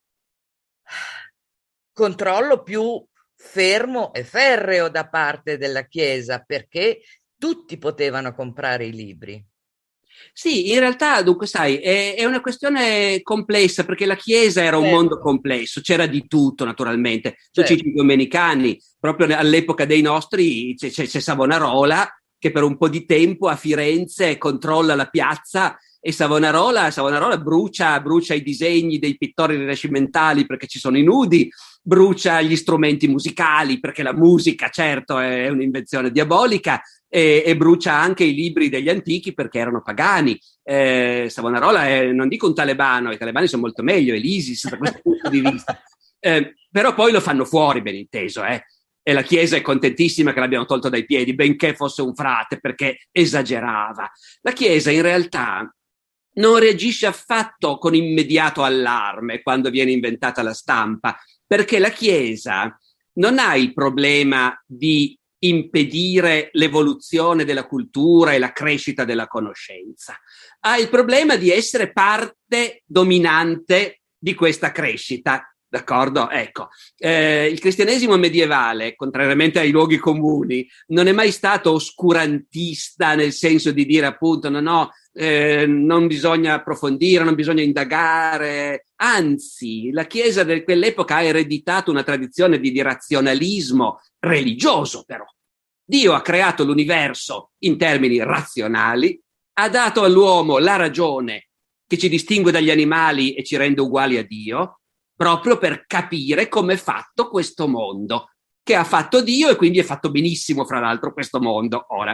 controllo più fermo e ferreo da parte della Chiesa, perché tutti potevano comprare i libri. Sì, in realtà, dunque, sai, è una questione complessa, perché la Chiesa era un mondo complesso, c'era di tutto, naturalmente. Tu citi i domenicani, proprio all'epoca dei nostri c'è Savonarola, che per un po' di tempo a Firenze controlla la piazza, e Savonarola brucia i disegni dei pittori rinascimentali perché ci sono i nudi, brucia gli strumenti musicali perché la musica, certo, è un'invenzione diabolica, e brucia anche i libri degli antichi perché erano pagani. Savonarola è, non dico un talebano, i talebani sono molto meglio, è l'ISIS da questo punto di vista, però poi lo fanno fuori, ben inteso, e la Chiesa è contentissima che l'abbiano tolto dai piedi, benché fosse un frate, perché esagerava. La Chiesa in realtà non reagisce affatto con immediato allarme quando viene inventata la stampa, perché la Chiesa non ha il problema di impedire l'evoluzione della cultura e la crescita della conoscenza. Ha il problema di essere parte dominante di questa crescita. D'accordo? Ecco, il cristianesimo medievale, contrariamente ai luoghi comuni, non è mai stato oscurantista, nel senso di dire appunto non bisogna approfondire, non bisogna indagare. Anzi, la Chiesa di quell'epoca ha ereditato una tradizione di razionalismo religioso, però. Dio ha creato l'universo in termini razionali, ha dato all'uomo la ragione che ci distingue dagli animali e ci rende uguali a Dio, proprio per capire come è fatto questo mondo, che ha fatto Dio, e quindi è fatto benissimo, fra l'altro, questo mondo ora.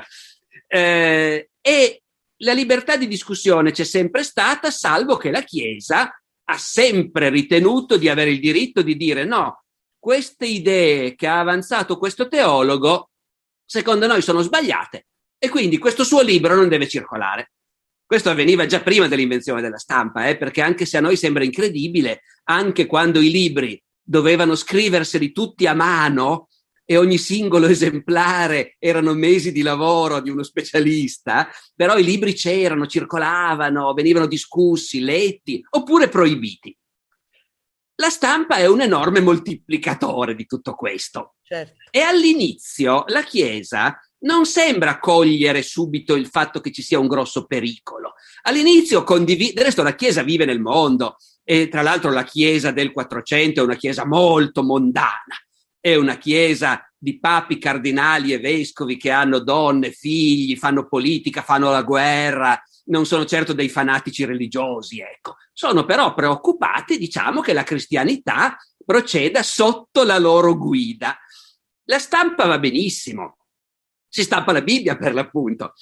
E la libertà di discussione c'è sempre stata, salvo che la Chiesa ha sempre ritenuto di avere il diritto di dire no, queste idee che ha avanzato questo teologo, secondo noi sono sbagliate, e quindi questo suo libro non deve circolare. Questo avveniva già prima dell'invenzione della stampa, perché anche se a noi sembra incredibile, anche quando i libri dovevano scriverseli tutti a mano e ogni singolo esemplare erano mesi di lavoro di uno specialista, però i libri c'erano, circolavano, venivano discussi, letti, oppure proibiti. La stampa è un enorme moltiplicatore di tutto questo. Certo. E all'inizio la Chiesa non sembra cogliere subito il fatto che ci sia un grosso pericolo. All'inizio del resto la Chiesa vive nel mondo, e tra l'altro la Chiesa del 400 è una Chiesa molto mondana, è una Chiesa di papi, cardinali e vescovi che hanno donne, figli, fanno politica, fanno la guerra, non sono certo dei fanatici religiosi, ecco. Sono però preoccupati, diciamo, che la cristianità proceda sotto la loro guida. La stampa va benissimo, si stampa la Bibbia per l'appunto,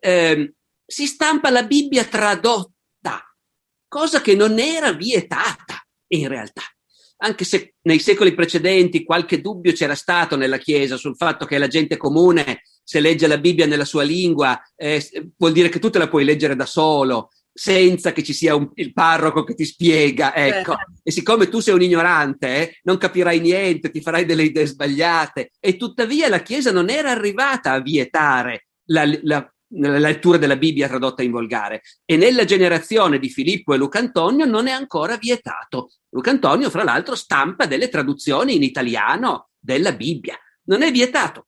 si stampa la Bibbia tradotta, cosa che non era vietata in realtà. Anche se nei secoli precedenti qualche dubbio c'era stato nella Chiesa sul fatto che la gente comune, se legge la Bibbia nella sua lingua, vuol dire che tu te la puoi leggere da solo, senza che ci sia il parroco che ti spiega, ecco. E siccome tu sei un ignorante, non capirai niente, ti farai delle idee sbagliate. E tuttavia la Chiesa non era arrivata a vietare la lettura della Bibbia tradotta in volgare, e nella generazione di Filippo e Lucantonio non è ancora vietato. Lucantonio, fra l'altro, stampa delle traduzioni in italiano della Bibbia, non è vietato.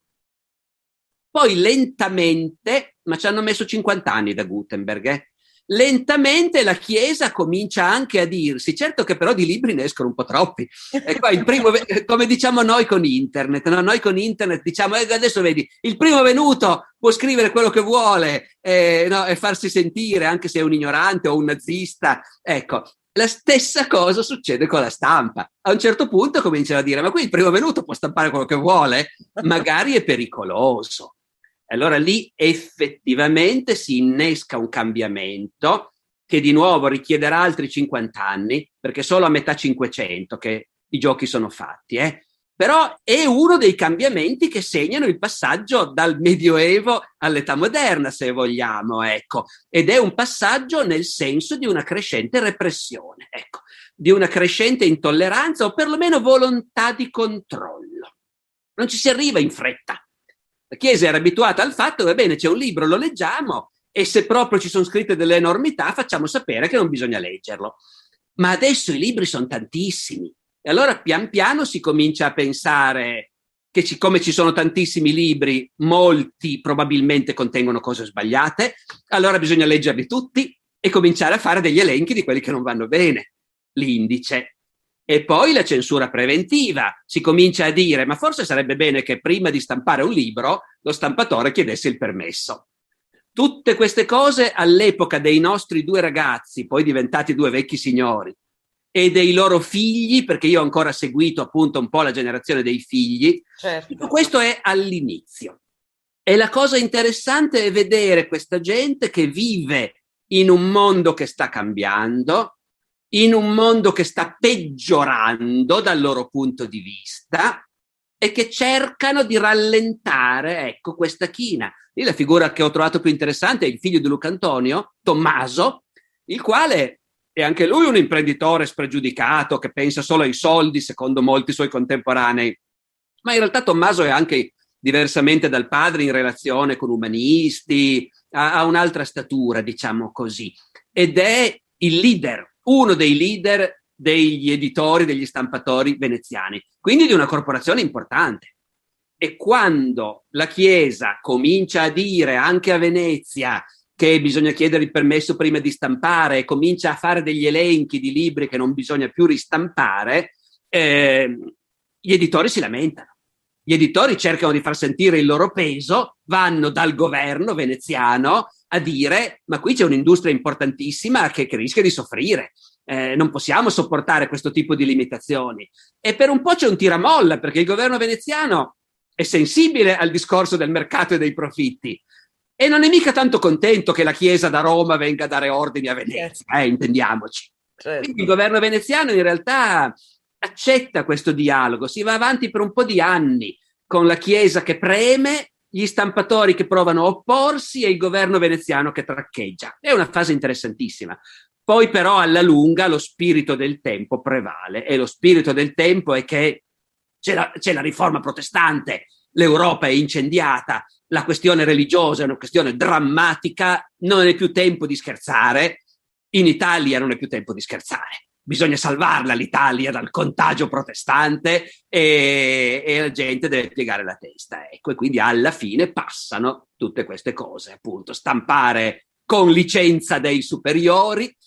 Poi lentamente, ma ci hanno messo 50 anni da Gutenberg, lentamente la Chiesa comincia anche a dirsi, certo che però di libri ne escono un po' troppi. E qua il primo, come diciamo noi con internet, no? Noi con internet diciamo, adesso vedi, il primo venuto può scrivere quello che vuole, no? E farsi sentire, anche se è un ignorante o un nazista. Ecco, la stessa cosa succede con la stampa. A un certo punto cominciano a dire, ma qui il primo venuto può stampare quello che vuole, magari è pericoloso. Allora lì effettivamente si innesca un cambiamento che di nuovo richiederà altri 50 anni, perché solo a metà 500 che i giochi sono fatti, Però è uno dei cambiamenti che segnano il passaggio dal Medioevo all'età moderna, se vogliamo, ecco. Ed è un passaggio nel senso di una crescente repressione, ecco, di una crescente intolleranza o perlomeno volontà di controllo. Non ci si arriva in fretta. La Chiesa era abituata al fatto che, va bene, c'è un libro, lo leggiamo, e se proprio ci sono scritte delle enormità facciamo sapere che non bisogna leggerlo. Ma adesso i libri sono tantissimi, e allora pian piano si comincia a pensare che come ci sono tantissimi libri, molti probabilmente contengono cose sbagliate, allora bisogna leggerli tutti e cominciare a fare degli elenchi di quelli che non vanno bene, l'indice. E poi la censura preventiva, si comincia a dire, ma forse sarebbe bene che prima di stampare un libro lo stampatore chiedesse il permesso. Tutte queste cose all'epoca dei nostri due ragazzi, poi diventati due vecchi signori, e dei loro figli, perché io ho ancora seguito appunto un po' la generazione dei figli, certo. Tutto questo è all'inizio. E la cosa interessante è vedere questa gente che vive in un mondo che sta cambiando, in un mondo che sta peggiorando dal loro punto di vista, e che cercano di rallentare, ecco, questa china. Lì la figura che ho trovato più interessante è il figlio di Lucantonio, Tommaso, il quale è anche lui un imprenditore spregiudicato che pensa solo ai soldi, secondo molti suoi contemporanei. Ma in realtà Tommaso è anche, diversamente dal padre, in relazione con umanisti, ha un'altra statura, diciamo così. Ed è il leader, uno dei leader degli editori, degli stampatori veneziani, quindi di una corporazione importante. E quando la Chiesa comincia a dire anche a Venezia che bisogna chiedere il permesso prima di stampare, e comincia a fare degli elenchi di libri che non bisogna più ristampare, gli editori si lamentano. Gli editori cercano di far sentire il loro peso, vanno dal governo veneziano a dire, ma qui c'è un'industria importantissima che rischia di soffrire, non possiamo sopportare questo tipo di limitazioni. E per un po' c'è un tiramolla, perché il governo veneziano è sensibile al discorso del mercato e dei profitti, e non è mica tanto contento che la Chiesa da Roma venga a dare ordini a Venezia, intendiamoci. Certo. Quindi il governo veneziano in realtà accetta questo dialogo, si va avanti per un po' di anni con la Chiesa che preme, gli stampatori che provano a opporsi e il governo veneziano che traccheggia. È una fase interessantissima. Poi però alla lunga lo spirito del tempo prevale, e lo spirito del tempo è che c'è la riforma protestante, l'Europa è incendiata, la questione religiosa è una questione drammatica, non è più tempo di scherzare, in Italia non è più tempo di scherzare. bisogna salvarla l'Italia dal contagio protestante e la gente deve piegare la testa. Ecco, e quindi alla fine passano tutte queste cose, appunto, stampare con licenza dei superiori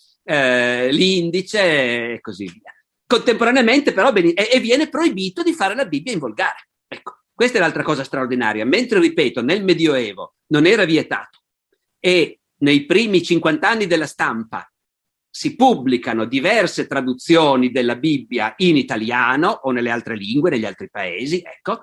l'indice e così via. Contemporaneamente però e viene proibito di fare la Bibbia in volgare. Ecco, questa è l'altra cosa straordinaria. Mentre, ripeto, nel Medioevo non era vietato e nei primi 50 anni della stampa si pubblicano diverse traduzioni della Bibbia in italiano o nelle altre lingue, negli altri paesi, ecco.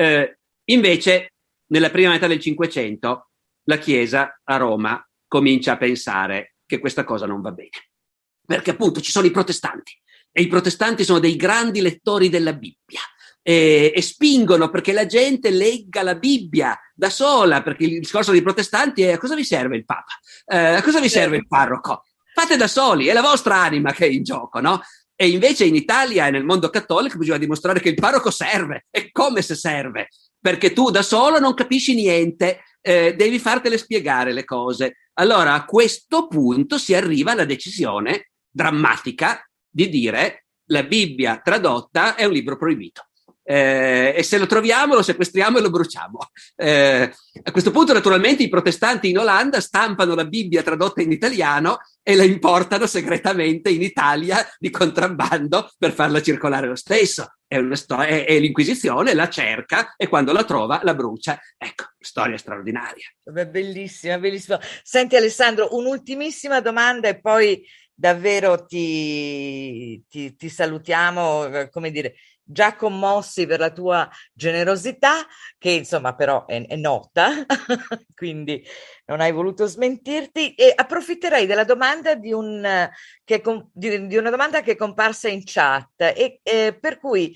Invece, nella prima metà del Cinquecento, la Chiesa a Roma comincia a pensare che questa cosa non va bene. Perché appunto ci sono i protestanti, e i protestanti sono dei grandi lettori della Bibbia, e spingono perché la gente legga la Bibbia da sola, perché il discorso dei protestanti è: a cosa vi serve il Papa? A cosa vi serve il parroco? Fate da soli, è la vostra anima che è in gioco, no? E invece in Italia e nel mondo cattolico bisogna dimostrare che il parroco serve, e come se serve, perché tu da solo non capisci niente, devi fartele spiegare le cose. Allora a questo punto si arriva alla decisione drammatica di dire: la Bibbia tradotta è un libro proibito. E se lo troviamo lo sequestriamo e lo bruciamo. A questo punto naturalmente i protestanti in Olanda stampano la Bibbia tradotta in italiano e la importano segretamente in Italia di contrabbando per farla circolare lo stesso. È una storia, e l'Inquisizione la cerca e quando la trova la brucia. Ecco, storia straordinaria. Bellissima, bellissima. Senti Alessandro, un'ultimissima domanda e poi davvero ti salutiamo, come dire, già commossi per la tua generosità, che insomma però è nota, quindi non hai voluto smentirti, e approfitterei della domanda di una domanda che è comparsa in chat e per cui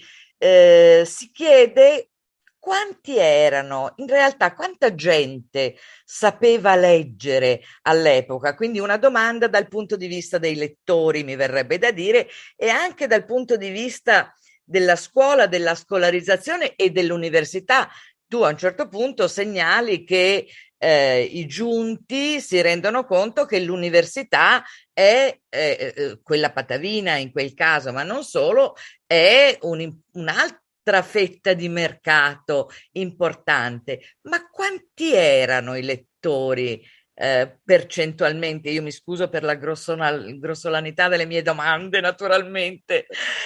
si chiede quanti erano, in realtà quanta gente sapeva leggere all'epoca, quindi una domanda dal punto di vista dei lettori, mi verrebbe da dire, e anche dal punto di vista della scuola, della scolarizzazione e dell'università. Tu a un certo punto segnali che i giunti si rendono conto che l'università è quella patavina in quel caso, ma non solo, è un'altra fetta di mercato importante. Ma quanti erano i lettori percentualmente? Io mi scuso per la grossolanità delle mie domande, naturalmente.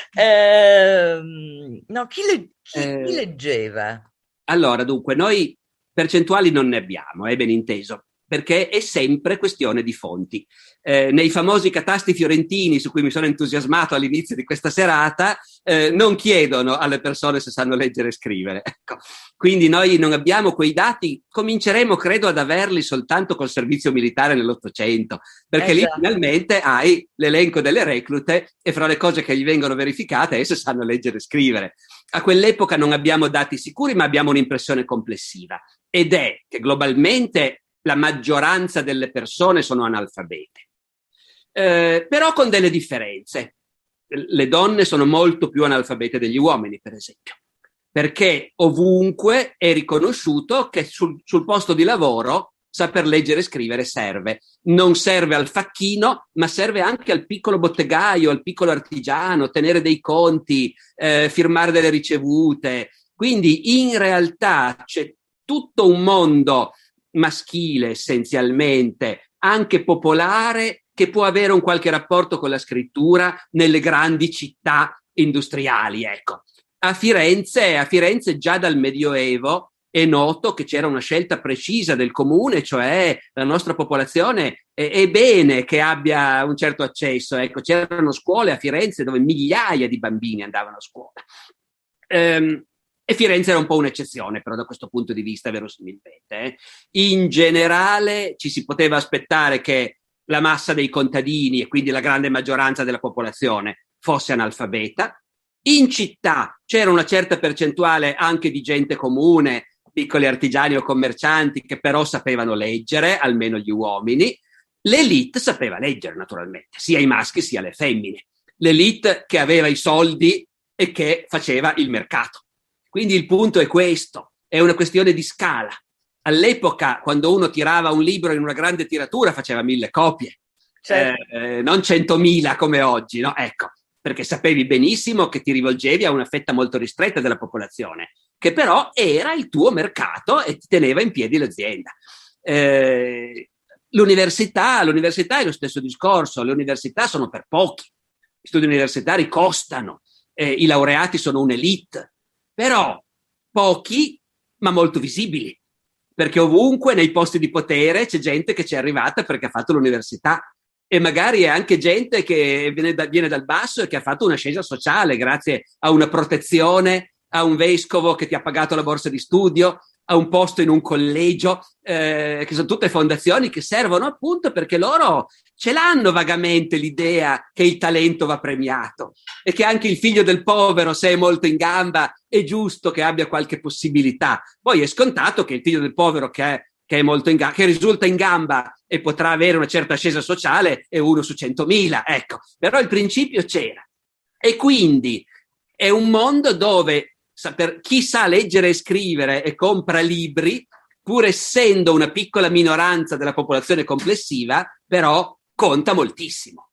No, chi leggeva? Allora, dunque, noi percentuali non ne abbiamo, ben inteso, perché è sempre questione di fonti. Nei famosi catasti fiorentini su cui mi sono entusiasmato all'inizio di questa serata, non chiedono alle persone se sanno leggere e scrivere. Ecco. Quindi noi non abbiamo quei dati, cominceremo credo ad averli soltanto col servizio militare nell'Ottocento, perché lì finalmente hai l'elenco delle reclute e fra le cose che gli vengono verificate esse sanno leggere e scrivere. A quell'epoca non abbiamo dati sicuri, ma abbiamo un'impressione complessiva, ed è che globalmente la maggioranza delle persone sono analfabete. Però con delle differenze. Le donne sono molto più analfabete degli uomini, per esempio, perché ovunque è riconosciuto che sul posto di lavoro saper leggere e scrivere serve. Non serve al facchino, ma serve anche al piccolo bottegaio, al piccolo artigiano, tenere dei conti, firmare delle ricevute. Quindi in realtà c'è tutto un mondo maschile essenzialmente, anche popolare, che può avere un qualche rapporto con la scrittura nelle grandi città industriali. Ecco. A Firenze già dal Medioevo è noto che c'era una scelta precisa del comune, cioè la nostra popolazione è bene che abbia un certo accesso. Ecco, c'erano scuole a Firenze dove migliaia di bambini andavano a scuola. E Firenze era un po' un'eccezione, però da questo punto di vista, verosimilmente. In generale ci si poteva aspettare che la massa dei contadini e quindi la grande maggioranza della popolazione fosse analfabeta. In città c'era una certa percentuale anche di gente comune, piccoli artigiani o commercianti che però sapevano leggere, almeno gli uomini. L'élite sapeva leggere naturalmente, sia i maschi sia le femmine. L'élite che aveva i soldi e che faceva il mercato. Quindi il punto è questo, è una questione di scala. All'epoca, quando uno tirava un libro in una grande tiratura, faceva 1000 copie. certo. Non 100.000 come oggi, no? Ecco, perché sapevi benissimo che ti rivolgevi a una fetta molto ristretta della popolazione, che però era il tuo mercato e ti teneva in piedi l'azienda. L'università è lo stesso discorso, le università sono per pochi, gli studi universitari costano, i laureati sono un'elite, però pochi ma molto visibili, perché ovunque nei posti di potere c'è gente che ci è arrivata perché ha fatto l'università e magari è anche gente che viene dal basso e che ha fatto un'ascesa sociale grazie a una protezione, a un vescovo che ti ha pagato la borsa di studio, a un posto in un collegio, che sono tutte fondazioni che servono appunto perché loro ce l'hanno vagamente l'idea che il talento va premiato e che anche il figlio del povero, se è molto in gamba, è giusto che abbia qualche possibilità. Poi è scontato che il figlio del povero che è molto in gamba, che risulta in gamba e potrà avere una certa ascesa sociale è 1 su 100.000, ecco. Però il principio c'era. E quindi è un mondo dove chi sa leggere e scrivere e compra libri, pur essendo una piccola minoranza della popolazione complessiva, però conta moltissimo.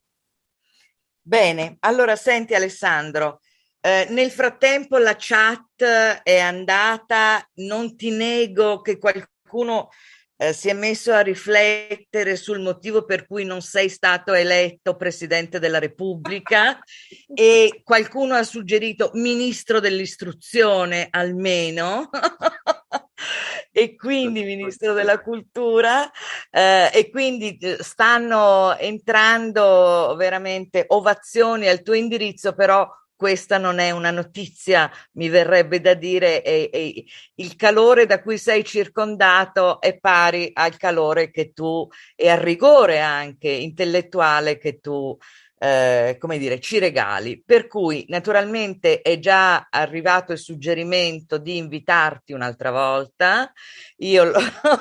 Bene, allora senti Alessandro, nel frattempo la chat è andata, non ti nego che qualcuno si è messo a riflettere sul motivo per cui non sei stato eletto Presidente della Repubblica e qualcuno ha suggerito Ministro dell'Istruzione almeno e quindi Ministro della Cultura e quindi stanno entrando veramente ovazioni al tuo indirizzo, però questa non è una notizia, mi verrebbe da dire, e il calore da cui sei circondato è pari al calore che tu e al rigore anche intellettuale che tu come dire, ci regali. Per cui naturalmente è già arrivato il suggerimento di invitarti un'altra volta. Io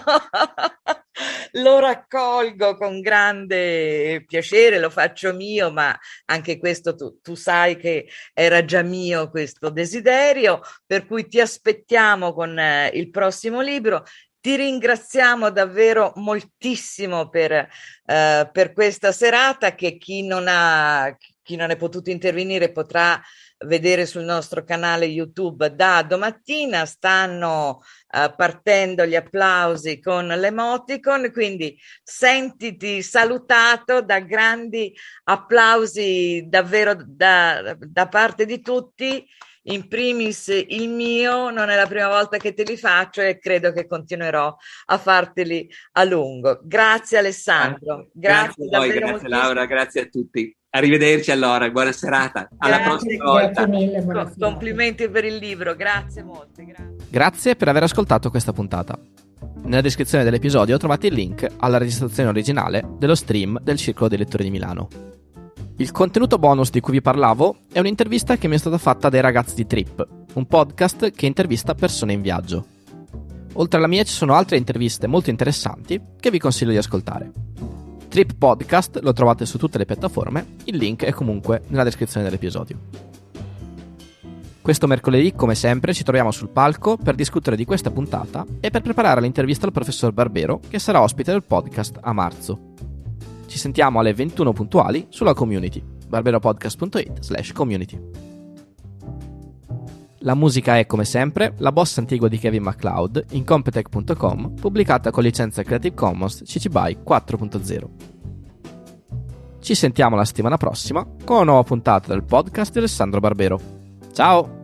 lo raccolgo con grande piacere, lo faccio mio, ma anche questo tu sai che era già mio questo desiderio, per cui ti aspettiamo con il prossimo libro. Ti ringraziamo davvero moltissimo per questa serata che chi non è potuto intervenire potrà vedere sul nostro canale YouTube da domattina. Stanno partendo gli applausi con l'emoticon, quindi sentiti salutato da grandi applausi davvero da parte di tutti. In primis il mio, non è la prima volta che te li faccio e credo che continuerò a farteli a lungo. Grazie Alessandro. Grazie a voi, grazie Laura, grazie a tutti. Arrivederci allora, buona serata. Alla prossima volta. Grazie mille, complimenti per il libro, grazie molte. Grazie per aver ascoltato questa puntata. Nella descrizione dell'episodio trovate il link alla registrazione originale dello stream del Circolo dei Lettori di Milano. Il contenuto bonus di cui vi parlavo è un'intervista che mi è stata fatta dai ragazzi di Trip, un podcast che intervista persone in viaggio. Oltre alla mia ci sono altre interviste molto interessanti che vi consiglio di ascoltare. Trip Podcast lo trovate su tutte le piattaforme, il link è comunque nella descrizione dell'episodio. Questo mercoledì, come sempre, ci troviamo sul palco per discutere di questa puntata e per preparare l'intervista al professor Barbero, che sarà ospite del podcast a marzo. Ci sentiamo alle 21 puntuali sulla community, barberopodcast.it/community. La musica è, come sempre, La bossa antigua di Kevin MacLeod in Competech.com, pubblicata con licenza Creative Commons CC BY 4.0. Ci sentiamo la settimana prossima con una nuova puntata del podcast di Alessandro Barbero. Ciao!